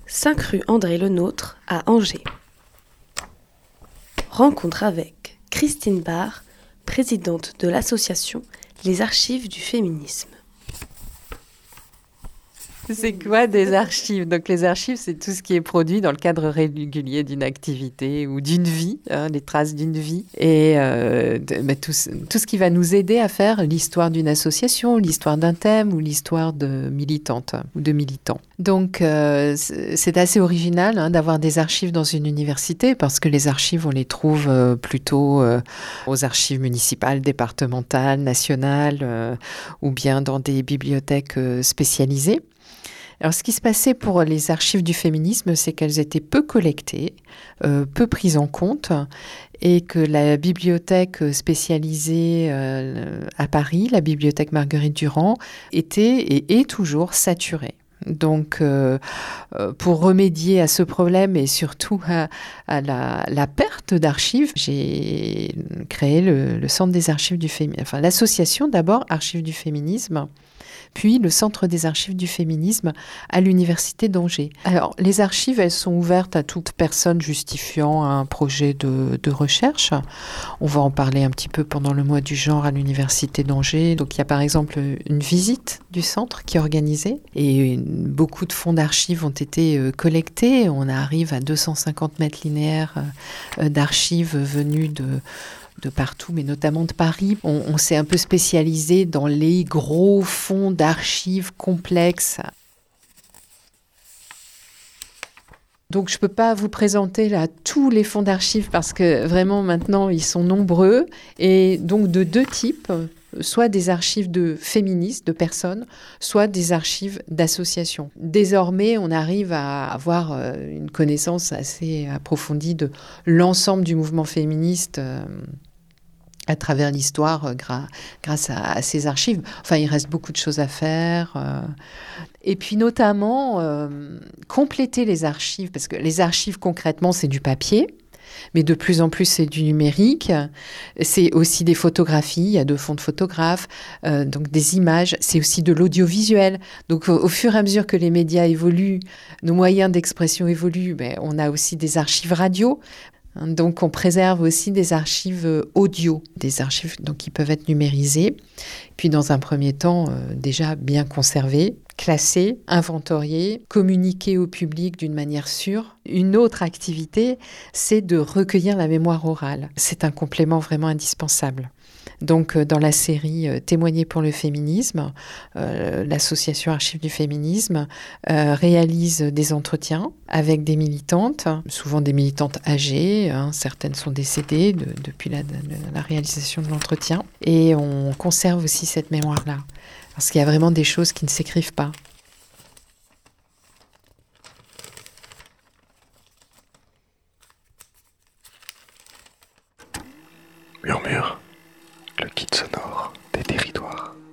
5 rue André Lenôtre à Angers. Rencontre avec Christine Barre, présidente de l'association Les Archives du Féminisme. C'est quoi des archives? Donc les archives, c'est tout ce qui est produit dans le cadre régulier d'une activité ou d'une vie, les traces d'une vie. Et tout ce qui va nous aider à faire l'histoire d'une association, l'histoire d'un thème ou l'histoire de militantes ou de militants. Donc c'est assez original d'avoir des archives dans une université parce que les archives, on les trouve plutôt aux archives municipales, départementales, nationales ou bien dans des bibliothèques spécialisées. Alors, ce qui se passait pour les archives du féminisme, c'est qu'elles étaient peu collectées, peu prises en compte, et que la bibliothèque spécialisée à Paris, la bibliothèque Marguerite Durand, était et est toujours saturée. Donc, pour remédier à ce problème et surtout à la perte d'archives, j'ai créé le Centre des archives du féminisme, enfin l'association d'abord Archives du féminisme, puis le Centre des archives du féminisme à l'Université d'Angers. Alors, les archives, elles sont ouvertes à toute personne justifiant un projet de recherche. On va en parler un petit peu pendant le mois du genre à l'Université d'Angers. Donc, il y a par exemple une visite du centre qui est organisée et beaucoup de fonds d'archives ont été collectés. On arrive à 250 mètres linéaires d'archives venues de partout, mais notamment de Paris. On s'est un peu spécialisé dans les gros fonds d'archives complexes. Donc, je ne peux pas vous présenter là tous les fonds d'archives parce que vraiment maintenant, ils sont nombreux et donc de deux types, soit des archives de féministes, de personnes, soit des archives d'associations. Désormais, on arrive à avoir une connaissance assez approfondie de l'ensemble du mouvement féministe à travers l'histoire grâce à ces archives. Enfin, il reste beaucoup de choses à faire. Et puis notamment, compléter les archives, parce que les archives, concrètement, c'est du papier, mais de plus en plus, c'est du numérique. C'est aussi des photographies, il y a 2 fonds de photographes, donc des images. C'est aussi de l'audiovisuel. Donc, au fur et à mesure que les médias évoluent, nos moyens d'expression évoluent, on a aussi des archives radio. Donc, on préserve aussi des archives audio, des archives donc, qui peuvent être numérisées. Puis, dans un premier temps, déjà bien conservées, classées, inventoriées, communiquées au public d'une manière sûre. Une autre activité, c'est de recueillir la mémoire orale. C'est un complément vraiment indispensable. Donc, dans la série Témoigner pour le féminisme, l'association Archives du féminisme réalise des entretiens avec des militantes, souvent des militantes âgées, certaines sont décédées depuis la réalisation de l'entretien. Et on conserve aussi cette mémoire-là, parce qu'il y a vraiment des choses qui ne s'écrivent pas. Murmure, le kit sonore des territoires.